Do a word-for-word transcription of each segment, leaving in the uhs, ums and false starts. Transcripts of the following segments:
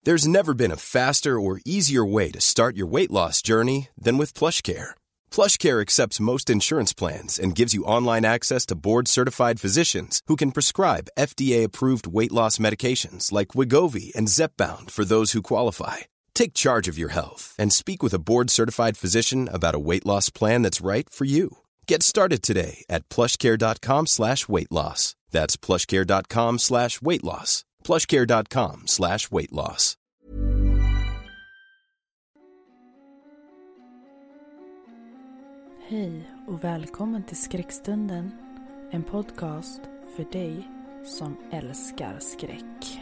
There's never been a faster or easier way to start your weight loss journey than with PlushCare. PlushCare accepts most insurance plans and gives you online access to board-certified physicians who can prescribe F D A-approved weight loss medications like Wegovy and Zepbound for those who qualify. Take charge of your health and speak with a board-certified physician about a weight loss plan that's right for you. Get started today at plushcare.com slash weight loss. That's plushcare.com slash weight loss. plushcare.com slash weight loss. Hej och välkommen till Skräckstunden, en podcast för dig som älskar skräck.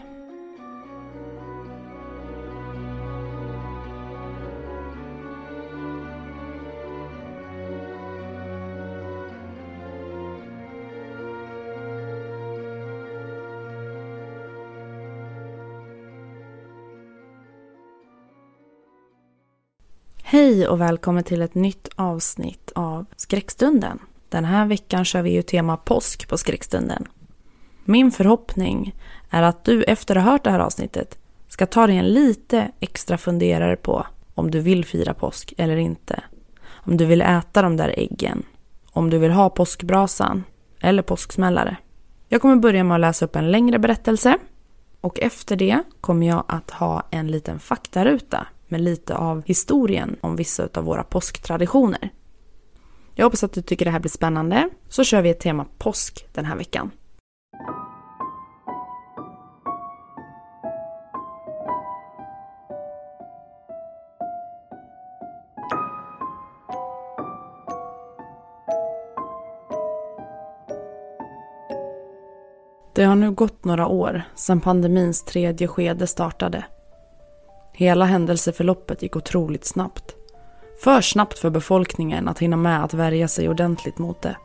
Hej och välkommen till ett nytt avsnitt av Skräckstunden. Den här veckan kör vi ju tema påsk på Skräckstunden. Min förhoppning är att du efter att ha hört det här avsnittet ska ta dig en lite extra funderare på om du vill fira påsk eller inte. Om du vill äta de där äggen. Om du vill ha påskbrasan eller påsksmällare. Jag kommer börja med att läsa upp en längre berättelse. Och efter det kommer jag att ha en liten faktaruta med lite av historien om vissa av våra påsktraditioner. Jag hoppas att du tycker det här blir spännande, så kör vi ett tema påsk den här veckan. Det har nu gått några år sedan pandemins tredje skede startade. Hela händelseförloppet gick otroligt snabbt. För snabbt för befolkningen att hinna med att värja sig ordentligt mot det.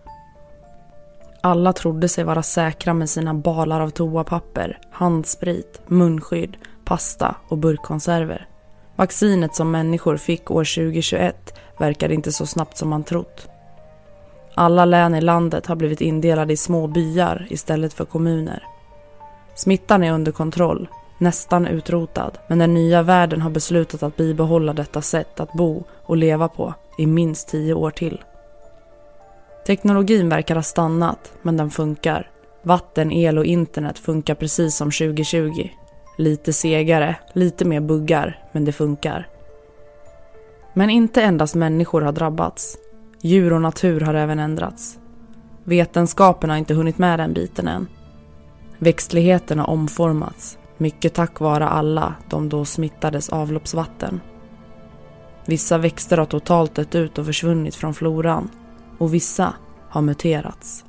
Alla trodde sig vara säkra med sina balar av toapapper, handsprit, munskydd, pasta och burkkonserver. Vaccinet som människor fick år tjugohundratjugoett verkade inte så snabbt som man trott. Alla län i landet har blivit indelade i små byar istället för kommuner. Smittan är under kontroll. Nästan utrotad, men den nya världen har beslutat att bibehålla detta sätt att bo och leva på i minst tio år till. Teknologin verkar ha stannat, men den funkar. Vatten, el och internet funkar precis som tjugohundratjugo. Lite segare, lite mer buggar, men det funkar. Men inte endast människor har drabbats. Djur och natur har även ändrats. Vetenskapen har inte hunnit med den biten än. Växtligheten har omformats. Mycket tack vare alla de då smittades avloppsvatten. Vissa växter har totalt dött ut och försvunnit från floran. Och vissa har muterats.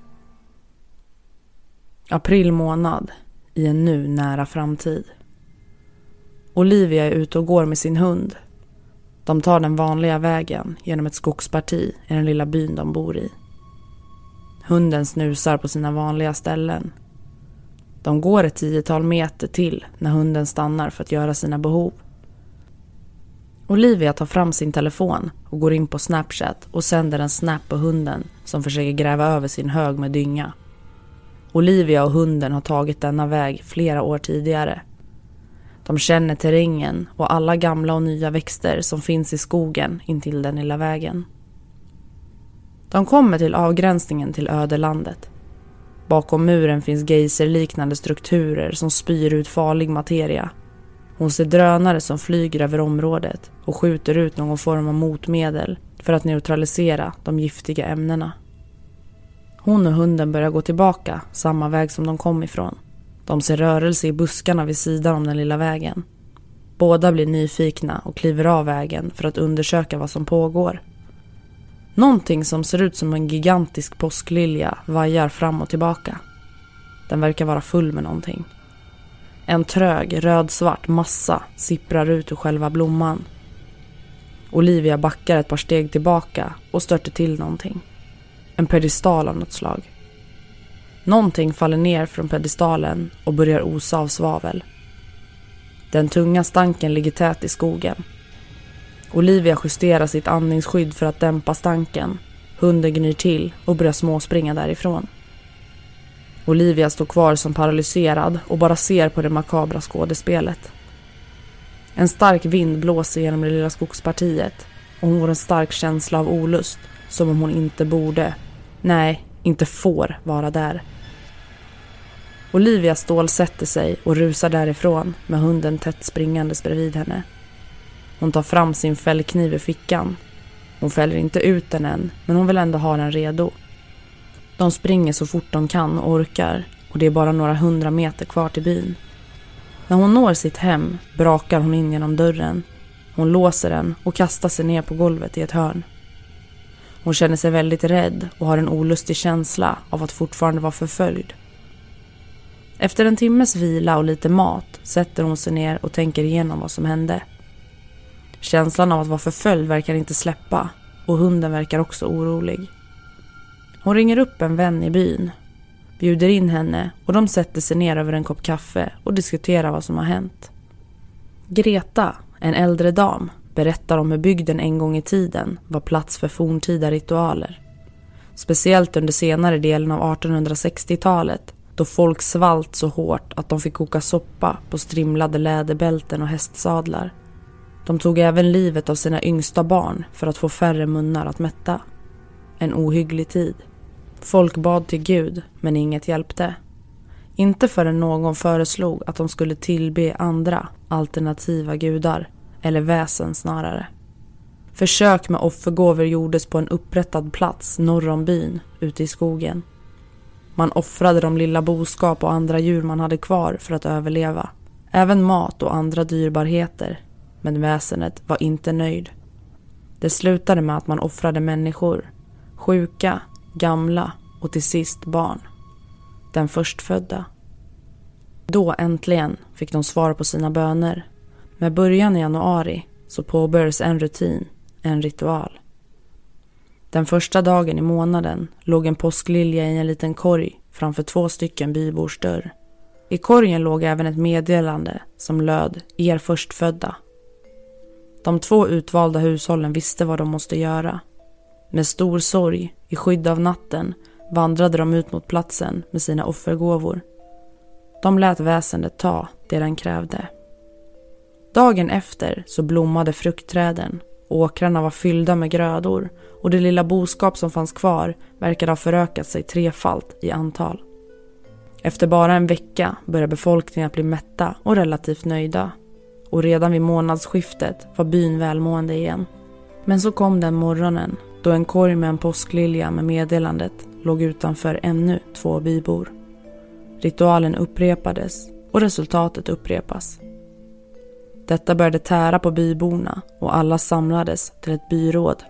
April månad i en nu nära framtid. Olivia är ute och går med sin hund. De tar den vanliga vägen genom ett skogsparti i den lilla byn de bor i. Hunden snusar på sina vanliga ställen. De går ett tiotal meter till när hunden stannar för att göra sina behov. Olivia tar fram sin telefon och går in på Snapchat och sänder en snap på hunden som försöker gräva över sin hög med dynga. Olivia och hunden har tagit denna väg flera år tidigare. De känner terrängen och alla gamla och nya växter som finns i skogen intill den lilla vägen. De kommer till avgränsningen till ödelandet. Bakom muren finns geyserliknande strukturer som spyr ut farlig materia. Hon ser drönare som flyger över området och skjuter ut någon form av motmedel för att neutralisera de giftiga ämnena. Hon och hunden börjar gå tillbaka samma väg som de kom ifrån. De ser rörelse i buskarna vid sidan om den lilla vägen. Båda blir nyfikna och kliver av vägen för att undersöka vad som pågår. Någonting som ser ut som en gigantisk påsklilja vajar fram och tillbaka. Den verkar vara full med någonting. En trög, rödsvart massa sipprar ut ur själva blomman. Olivia backar ett par steg tillbaka och störter till någonting. En pedestal av något slag. Någonting faller ner från pedestalen och börjar osa av svavel. Den tunga stanken ligger tät i skogen. Olivia justerar sitt andningsskydd för att dämpa stanken. Hunden gnyr till och börjar småspringa därifrån. Olivia står kvar som paralyserad och bara ser på det makabra skådespelet. En stark vind blåser genom det lilla skogspartiet och hon får en stark känsla av olust, som om hon inte borde, nej, inte får vara där. Olivia stålsätter sig och rusar därifrån med hunden tätt springandes bredvid henne. Hon tar fram sin fällkniv i fickan. Hon fäller inte ut den än, men hon vill ändå ha den redo. De springer så fort de kan och orkar, och det är bara några hundra meter kvar till byn. När hon når sitt hem brakar hon in genom dörren. Hon låser den och kastar sig ner på golvet i ett hörn. Hon känner sig väldigt rädd och har en olustig känsla av att fortfarande vara förföljd. Efter en timmes vila och lite mat sätter hon sig ner och tänker igenom vad som hände. Känslan av att vara förföljd verkar inte släppa, och hunden verkar också orolig. Hon ringer upp en vän i byn, bjuder in henne och de sätter sig ner över en kopp kaffe och diskuterar vad som har hänt. Greta, en äldre dam, berättar om hur bygden en gång i tiden var plats för forntida ritualer. Speciellt under senare delen av artonhundrasextiotalet, då folk svalt så hårt att de fick koka soppa på strimlade läderbälten och hästsadlar. De tog även livet av sina yngsta barn för att få färre munnar att mätta. En ohygglig tid. Folk bad till Gud, men inget hjälpte. Inte förrän någon föreslog att de skulle tillbe andra alternativa gudar, eller väsen snarare. Försök med offergåvor gjordes på en upprättad plats norr om byn, ute i skogen. Man offrade de lilla boskap och andra djur man hade kvar för att överleva. Även mat och andra dyrbarheter, men väsenet var inte nöjd. Det slutade med att man offrade människor, sjuka, gamla och till sist barn. Den förstfödda. Då äntligen fick de svar på sina böner. Med början i januari så påbörjades en rutin, en ritual. Den första dagen i månaden låg en påsklilja i en liten korg framför två stycken bybors dörr. I korgen låg även ett meddelande som löd er förstfödda. De två utvalda hushållen visste vad de måste göra. Med stor sorg, i skydd av natten, vandrade de ut mot platsen med sina offergåvor. De lät väsendet ta det den krävde. Dagen efter så blommade fruktträden. Åkrarna var fyllda med grödor och det lilla boskap som fanns kvar verkade ha förökat sig trefalt i antal. Efter bara en vecka började befolkningen att bli mätta och relativt nöjda. Och redan vid månadsskiftet var byn välmående igen. Men så kom den morgonen då en korg med en påsklilja med meddelandet låg utanför ännu två bybor. Ritualen upprepades och resultatet upprepas. Detta började tära på byborna och alla samlades till ett byråd.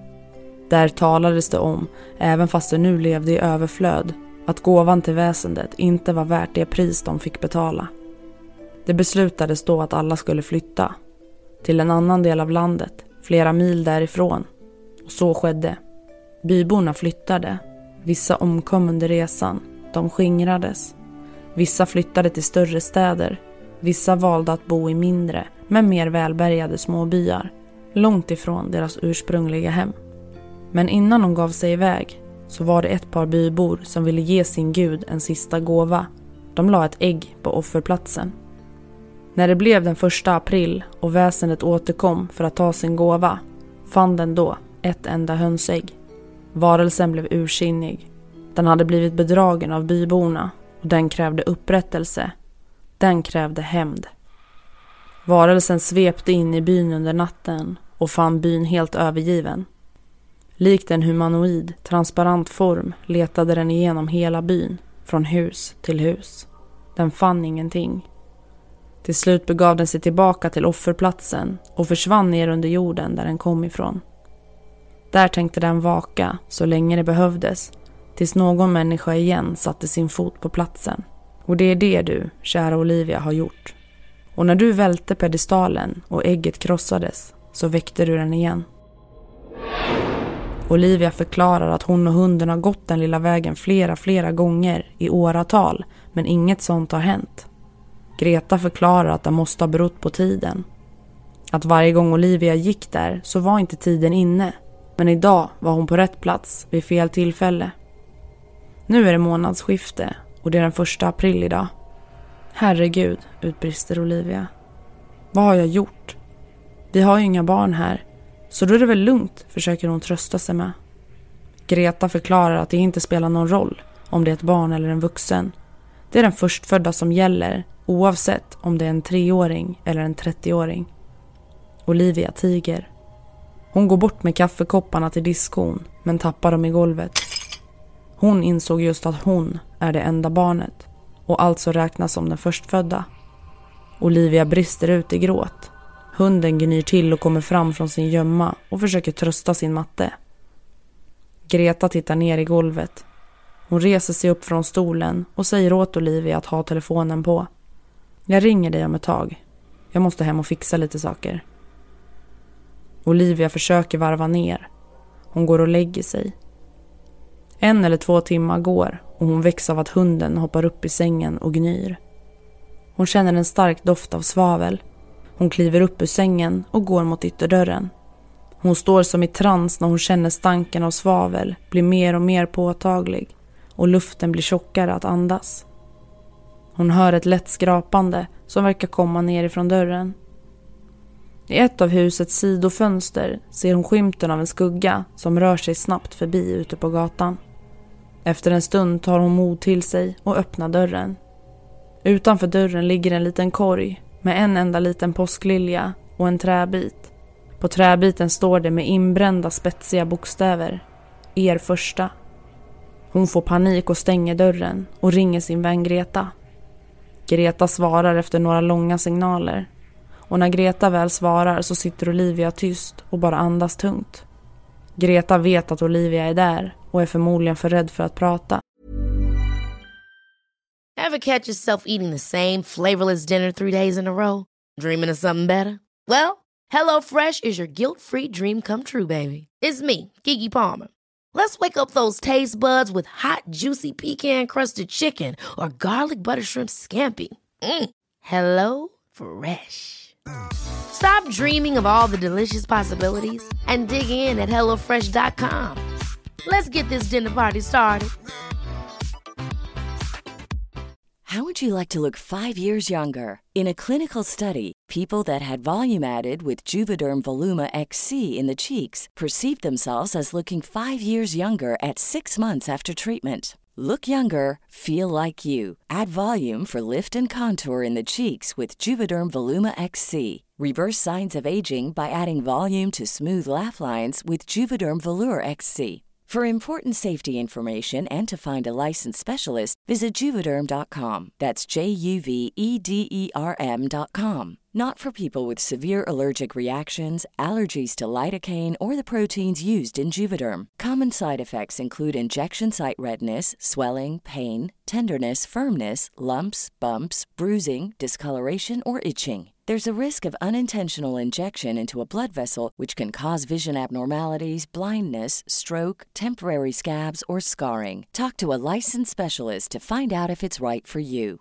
Där talades det om, även fast det nu levde i överflöd, att gåvan till väsendet inte var värt det pris de fick betala. Det beslutades då att alla skulle flytta till en annan del av landet, flera mil därifrån. Och så skedde. Byborna flyttade. Vissa omkom under resan. De skingrades. Vissa flyttade till större städer. Vissa valde att bo i mindre, men mer välbärgade små byar, långt ifrån deras ursprungliga hem. Men innan de gav sig iväg så var det ett par bybor som ville ge sin gud en sista gåva. De la ett ägg på offerplatsen. När det blev den första april och väsendet återkom för att ta sin gåva, fann den då ett enda hönsägg. Varelsen blev ursinnig. Den hade blivit bedragen av byborna och den krävde upprättelse. Den krävde hämnd. Varelsen svepte in i byn under natten och fann byn helt övergiven. Likt en humanoid, transparent form letade den igenom hela byn, från hus till hus. Den fann ingenting. Till slut begav den sig tillbaka till offerplatsen och försvann ner under jorden där den kom ifrån. Där tänkte den vaka så länge det behövdes, tills någon människa igen satte sin fot på platsen. Och det är det du, kära Olivia, har gjort. Och när du välte pedestalen och ägget krossades så väckte du den igen. Olivia förklarar att hon och hunden har gått den lilla vägen flera, flera gånger i åratal, men inget sånt har hänt. Greta förklarar att det måste ha berott på tiden. Att varje gång Olivia gick där så var inte tiden inne, men idag var hon på rätt plats vid fel tillfälle. Nu är det månadsskifte och det är den första april idag. Herregud, utbrister Olivia. Vad har jag gjort? Vi har ju inga barn här, så då är det väl lugnt, försöker hon trösta sig med. Greta förklarar att det inte spelar någon roll om det är ett barn eller en vuxen. Det är den förstfödda som gäller, oavsett om det är en treåring eller en trettioåring. Olivia tiger. Hon går bort med kaffekopparna till diskon, men tappar dem i golvet. Hon insåg just att hon är det enda barnet och alltså räknas som den förstfödda. Olivia brister ut i gråt. Hunden gnyr till och kommer fram från sin gömma och försöker trösta sin matte. Greta tittar ner i golvet. Hon reser sig upp från stolen och säger åt Olivia att ha telefonen på. Jag ringer dig om ett tag. Jag måste hem och fixa lite saker. Olivia försöker varva ner. Hon går och lägger sig. En eller två timmar går och hon väcks av att hunden hoppar upp i sängen och gnyr. Hon känner en stark doft av svavel. Hon kliver upp ur sängen och går mot ytterdörren. Hon står som i trans när hon känner stanken av svavel blir mer och mer påtaglig och luften blir tjockare att andas. Hon hör ett lätt skrapande som verkar komma ner ifrån dörren. I ett av husets sidofönster ser hon skymten av en skugga som rör sig snabbt förbi ute på gatan. Efter en stund tar hon mod till sig och öppnar dörren. Utanför dörren ligger en liten korg med en enda liten påsklilja och en träbit. På träbiten står det med inbrända spetsiga bokstäver: er första. Hon får panik och stänger dörren och ringer sin vän Greta. Greta svarar efter några långa signaler. Och när Greta väl svarar så sitter Olivia tyst och bara andas tungt. Greta vet att Olivia är där och är förmodligen för rädd för att prata. Ever catch yourself eating the same flavorless dinner three days in a row? Dreaming of something better? Well, HelloFresh is your guilt-free dream come true, baby. It's me, Keke Palmer. Let's wake up those taste buds with hot, juicy pecan-crusted chicken or garlic butter shrimp scampi. Mm. Hello Fresh. Stop dreaming of all the delicious possibilities and dig in at hello fresh dot com. Let's get this dinner party started. How would you like to look five years younger? In a clinical study, people that had volume added with Juvederm Voluma X C in the cheeks perceived themselves as looking five years younger at six months after treatment. Look younger, feel like you. Add volume for lift and contour in the cheeks with Juvederm Voluma X C. Reverse signs of aging by adding volume to smooth laugh lines with Juvederm Volure X C. For important safety information and to find a licensed specialist, visit Juvederm dot com. That's J U V E D E R M dot com. Not for people with severe allergic reactions, allergies to lidocaine, or the proteins used in Juvederm. Common side effects include injection site redness, swelling, pain, tenderness, firmness, lumps, bumps, bruising, discoloration, or itching. There's a risk of unintentional injection into a blood vessel, which can cause vision abnormalities, blindness, stroke, temporary scabs, or scarring. Talk to a licensed specialist to find out if it's right for you.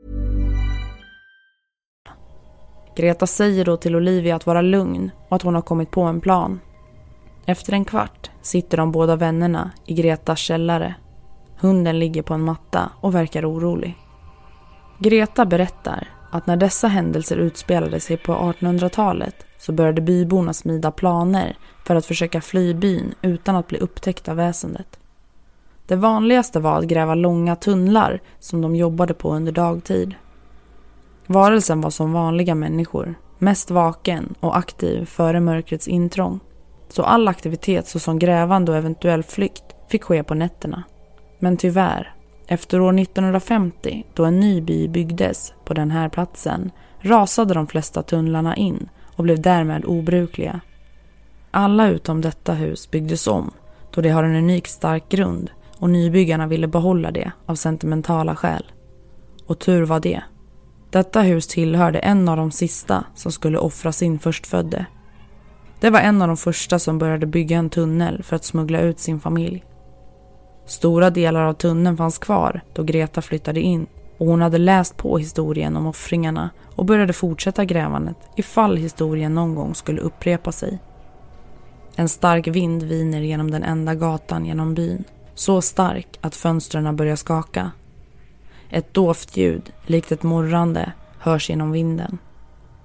Greta säger då till Olivia att vara lugn och att hon har kommit på en plan. Efter en kvart sitter de båda vännerna i Gretas källare. Hunden ligger på en matta och verkar orolig. Greta berättar att när dessa händelser utspelade sig på artonhundratalet så började byborna smida planer för att försöka fly byn utan att bli upptäckta av väsendet. Det vanligaste var att gräva långa tunnlar som de jobbade på under dagtid. Varelsen var som vanliga människor, mest vaken och aktiv före mörkrets intrång. Så all aktivitet såsom grävande och eventuell flykt fick ske på nätterna. Men tyvärr, efter år nittonhundrafemtio, då en ny by byggdes på den här platsen, rasade de flesta tunnlarna in och blev därmed obrukliga. Alla utom detta hus byggdes om, då det har en unik stark grund och nybyggarna ville behålla det av sentimentala skäl. Och tur var det. Detta hus tillhörde en av de sista som skulle offra sin förstfödde. Det var en av de första som började bygga en tunnel för att smuggla ut sin familj. Stora delar av tunneln fanns kvar då Greta flyttade in och hon hade läst på historien om offringarna och började fortsätta grävandet ifall historien någon gång skulle upprepa sig. En stark vind viner genom den enda gatan genom byn, så stark att fönstren börjar skaka. Ett dovt ljud, likt ett morrande, hörs genom vinden.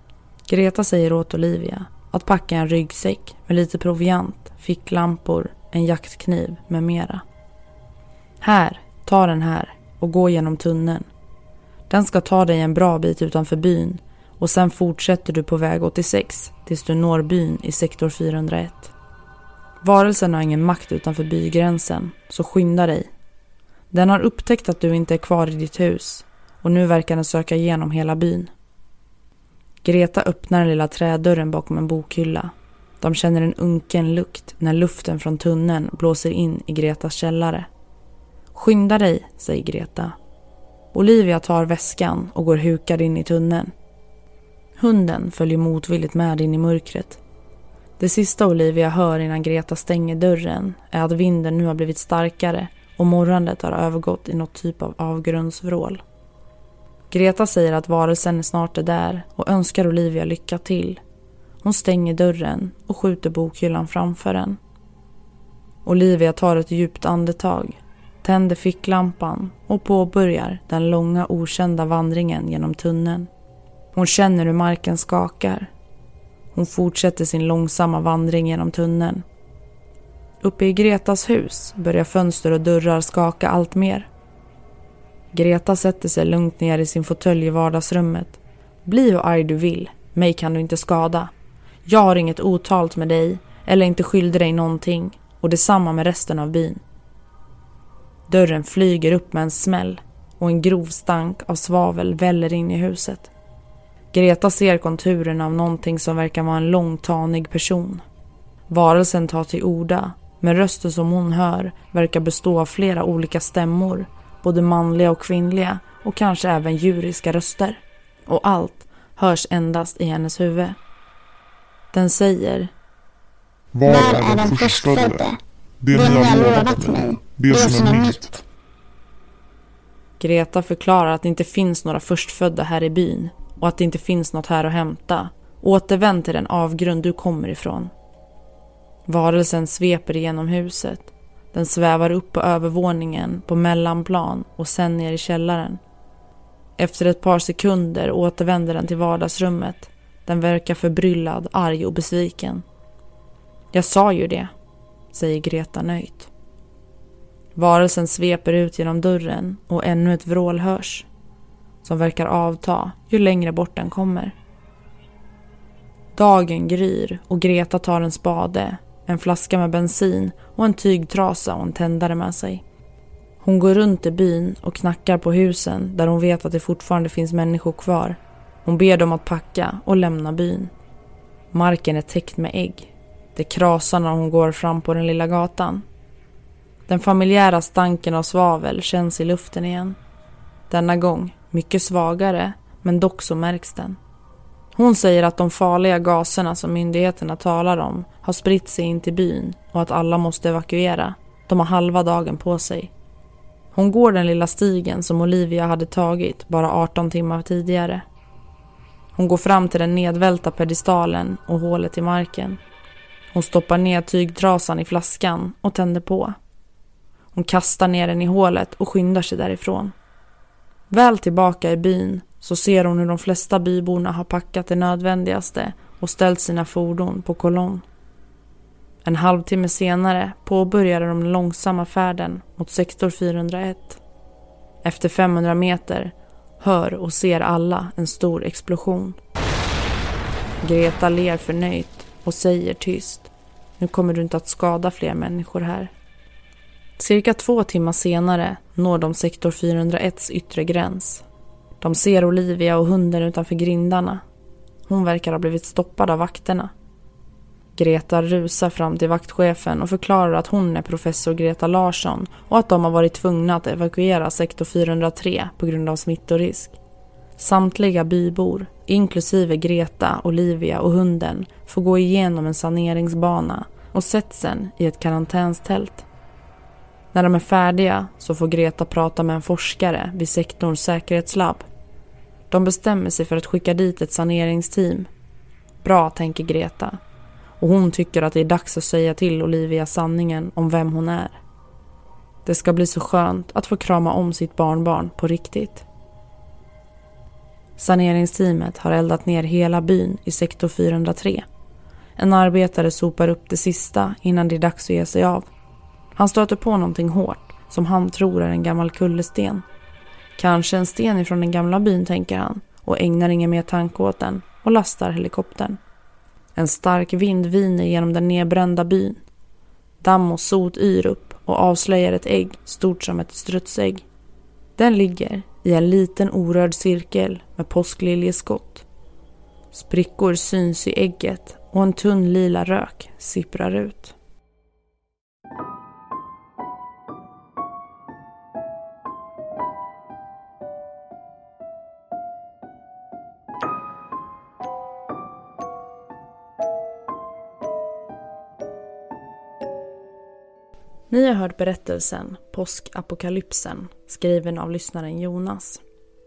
Greta säger åt Olivia att packa en ryggsäck med lite proviant, ficklampor, en jaktkniv med mera. Här, ta den här och gå genom tunneln. Den ska ta dig en bra bit utanför byn och sen fortsätter du på väg åttiosex tills du når byn i sektor fyrahundraett. Varelsen har ingen makt utanför bygränsen, så skynda dig. Den har upptäckt att du inte är kvar i ditt hus och nu verkar den söka igenom hela byn. Greta öppnar den lilla trädörren bakom en bokhylla. De känner en unken lukt när luften från tunneln blåser in i Gretas källare. Skynda dig, säger Greta. Olivia tar väskan och går hukad in i tunneln. Hunden följer motvilligt med in i mörkret. Det sista Olivia hör innan Greta stänger dörren är att vinden nu har blivit starkare och morrandet har övergått i något typ av avgrundsvrål. Greta säger att varelsen snart är där och önskar Olivia lycka till. Hon stänger dörren och skjuter bokhyllan framför den. Olivia tar ett djupt andetag, tänder ficklampan och påbörjar den långa okända vandringen genom tunneln. Hon känner hur marken skakar. Hon fortsätter sin långsamma vandring genom tunneln. Uppe i Gretas hus börjar fönster och dörrar skaka allt mer. Greta sätter sig lugnt ner i sin fåtölj i vardagsrummet. Bli hur arg du vill, mig kan du inte skada. Jag har inget otalt med dig eller inte skyldig dig någonting, och detsamma med resten av byn. Dörren flyger upp med en smäll och en grov stank av svavel väller in i huset. Greta ser konturen av någonting som verkar vara en lång tanig person. Varelsen tar till orda, men rösten som hon hör verkar bestå av flera olika stämmor, både manliga och kvinnliga och kanske även djuriska röster. Och allt hörs endast i hennes huvud. Den säger: Var är den förstfödde? Det ni har lovat mig, det som är mitt. Greta förklarar att det inte finns några förstfödda här i byn och att det inte finns något här att hämta. Återvänd till den avgrund du kommer ifrån. Varelsen sveper igenom huset. Den svävar upp på övervåningen, på mellanplan och sen ner i källaren. Efter ett par sekunder återvänder den till vardagsrummet. Den verkar förbryllad, arg och besviken. Jag sa ju det, säger Greta nöjt. Varelsen sveper ut genom dörren och ännu ett vrål hörs, som verkar avta ju längre bort den kommer. Dagen gryr och Greta tar en spade, en flaska med bensin och en tygtrasa och en tändare med sig. Hon går runt i byn och knackar på husen där hon vet att det fortfarande finns människor kvar. Hon ber dem att packa och lämna byn. Marken är täckt med ägg. Det krasar när hon går fram på den lilla gatan. Den familjära stanken av svavel känns i luften igen. Denna gång mycket svagare, men dock så märks den. Hon säger att de farliga gaserna som myndigheterna talar om har spritt sig in till byn och att alla måste evakuera. De har halva dagen på sig. Hon går den lilla stigen som Olivia hade tagit bara arton timmar tidigare. Hon går fram till den nedvälta pedestalen och hålet i marken. Hon stoppar ner tygtrasan i flaskan och tänder på. Hon kastar ner den i hålet och skyndar sig därifrån. Väl tillbaka i byn så ser hon hur de flesta byborna har packat det nödvändigaste och ställt sina fordon på kolonn. En halvtimme senare påbörjar de långsamma färden mot sektor fyrahundraett. Efter femhundra meter hör och ser alla en stor explosion. Greta ler förnöjt och säger tyst: nu kommer du inte att skada fler människor här. Cirka två timmar senare når de sektor fyrahundraetts yttre gräns. De ser Olivia och hunden utanför grindarna. Hon verkar ha blivit stoppad av vakterna. Greta rusar fram till vaktchefen och förklarar att hon är professor Greta Larsson och att de har varit tvungna att evakuera sektor fyrahundratre på grund av smittorisk. Samtliga bybor, inklusive Greta, Olivia och hunden, får gå igenom en saneringsbana och sätts sen i ett karantänstält. När de är färdiga så får Greta prata med en forskare vid sektorns säkerhetslabb. De bestämmer sig för att skicka dit ett saneringsteam. Bra, tänker Greta. Och hon tycker att det är dags att säga till Olivia sanningen om vem hon är. Det ska bli så skönt att få krama om sitt barnbarn på riktigt. Saneringsteamet har eldat ner hela byn i sektor fyrahundratre. En arbetare sopar upp det sista innan det är dags att ge sig av. Han stöter på någonting hårt som han tror är en gammal kullersten. Kanske en sten ifrån den gamla byn, tänker han, och ägnar ingen mer tanke åt den och lastar helikoptern. En stark vind viner genom den nedbrända byn. Damm och sot yr upp och avslöjar ett ägg stort som ett strutsägg. Den ligger i en liten orörd cirkel med påskliljeskott. Sprickor syns i ägget och en tunn lila rök sipprar ut. Ni har hört berättelsen Påskapokalypsen, skriven av lyssnaren Jonas.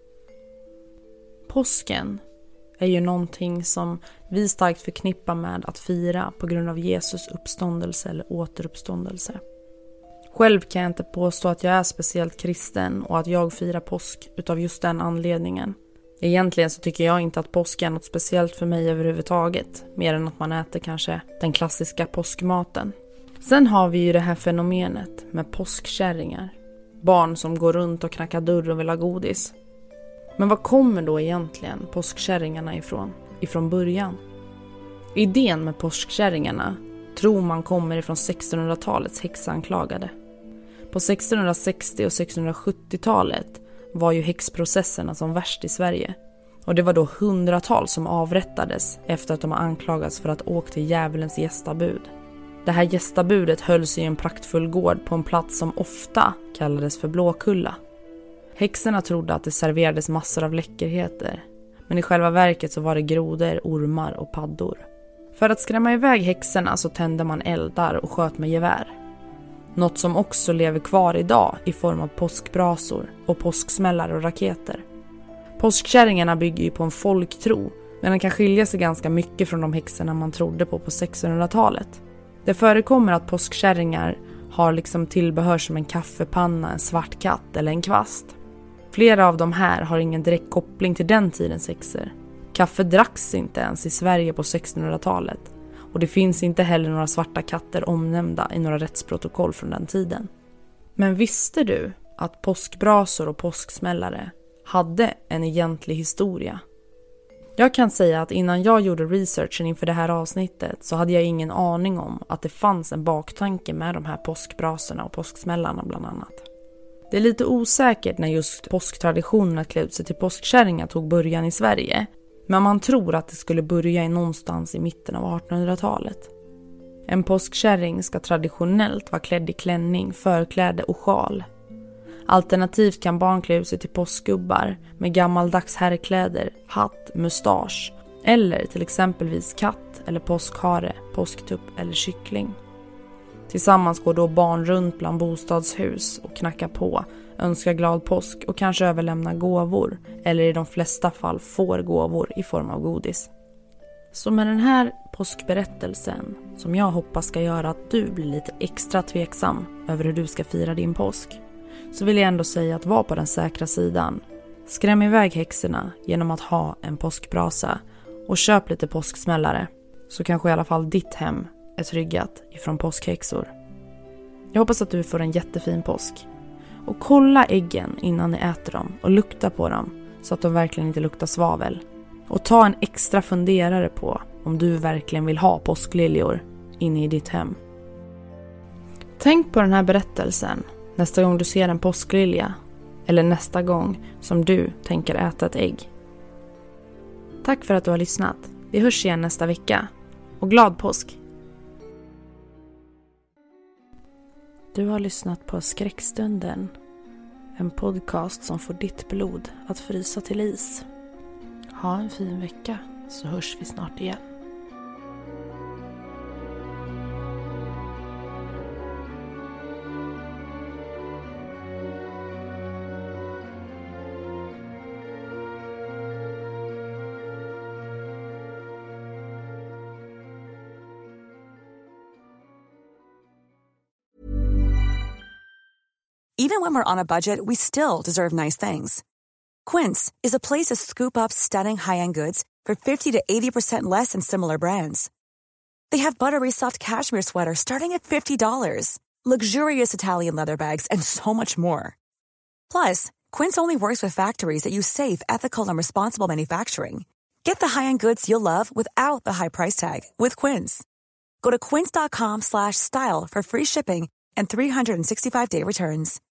Påsken är ju någonting som vi starkt förknippar med att fira på grund av Jesus uppståndelse eller återuppståndelse. Själv kan jag inte påstå att jag är speciellt kristen och att jag firar påsk utav just den anledningen. Egentligen så tycker jag inte att påsk är något speciellt för mig överhuvudtaget, mer än att man äter kanske den klassiska påskmaten. Sen har vi ju det här fenomenet med påskkärringar. Barn som går runt och knackar dörr och vill ha godis. Men var kommer då egentligen påskkärringarna ifrån? Ifrån början? Idén med påskkärringarna tror man kommer ifrån sextonhundratalets häxanklagade. På sextonhundrasextio- och sextonhundrasjuttiotalet var ju häxprocesserna som värst i Sverige. Och det var då hundratals som avrättades efter att de har anklagats för att åka till djävulens gästabud. Det här gästabudet hölls i en praktfull gård på en plats som ofta kallades för Blåkulla. Häxorna trodde att det serverades massor av läckerheter, men i själva verket så var det grodor, ormar och paddor. För att skrämma iväg häxorna så tände man eldar och sköt med gevär. Något som också lever kvar idag i form av påskbrasor och påsksmällar och raketer. Påskkärringarna bygger ju på en folktro, men den kan skilja sig ganska mycket från de häxorna man trodde på på sextonhundratalet. Det förekommer att påskkärringar har liksom tillbehör som en kaffepanna, en svart katt eller en kvast. Flera av de här har ingen direkt koppling till den tidens häxor. Kaffe dracks inte ens i Sverige på sextonhundratalet. Och det finns inte heller några svarta katter omnämnda i några rättsprotokoll från den tiden. Men visste du att påskbrasor och påsksmällare hade en egentlig historia? Jag kan säga att innan jag gjorde researchen inför det här avsnittet så hade jag ingen aning om att det fanns en baktanke med de här påskbrasorna och påsksmällarna bland annat. Det är lite osäkert när just påsktraditionen att klä ut sig till påskkärringar tog början i Sverige, men man tror att det skulle börja i någonstans i mitten av artonhundratalet. En påskkärring ska traditionellt vara klädd i klänning, förkläde och sjal. Alternativt kan barn klä ut sig till påskgubbar med gammaldags herrkläder, hatt, mustasch eller till exempelvis katt eller påskhare, påsktupp eller kyckling. Tillsammans går då barn runt bland bostadshus och knackar på, önskar glad påsk och kanske överlämnar gåvor eller i de flesta fall får gåvor i form av godis. Så med den här påskberättelsen som jag hoppas ska göra att du blir lite extra tveksam över hur du ska fira din påsk, så vill jag ändå säga att var på den säkra sidan. Skräm iväg häxorna genom att ha en påskbrasa och köp lite påsksmällare, så kanske i alla fall ditt hem är tryggat ifrån påskhäxor. Jag hoppas att du får en jättefin påsk. Och kolla äggen innan ni äter dem och lukta på dem så att de verkligen inte luktar svavel. Och ta en extra funderare på om du verkligen vill ha påskliljor inne i ditt hem. Tänk på den här berättelsen nästa gång du ser en påsklilja eller nästa gång som du tänker äta ett ägg. Tack för att du har lyssnat. Vi hörs igen nästa vecka. Och glad påsk! Du har lyssnat på Skräckstunden. En podcast som får ditt blod att frysa till is. Ha en fin vecka så hörs vi snart igen. Even when we're on a budget, we still deserve nice things. Quince is a place to scoop up stunning high-end goods for fifty to eighty percent less than similar brands. They have buttery soft cashmere sweaters starting at fifty dollars, luxurious Italian leather bags, and so much more. Plus, Quince only works with factories that use safe, ethical, and responsible manufacturing. Get the high-end goods you'll love without the high price tag with Quince. Go to quince.com slash style for free shipping and three hundred sixty-five day returns.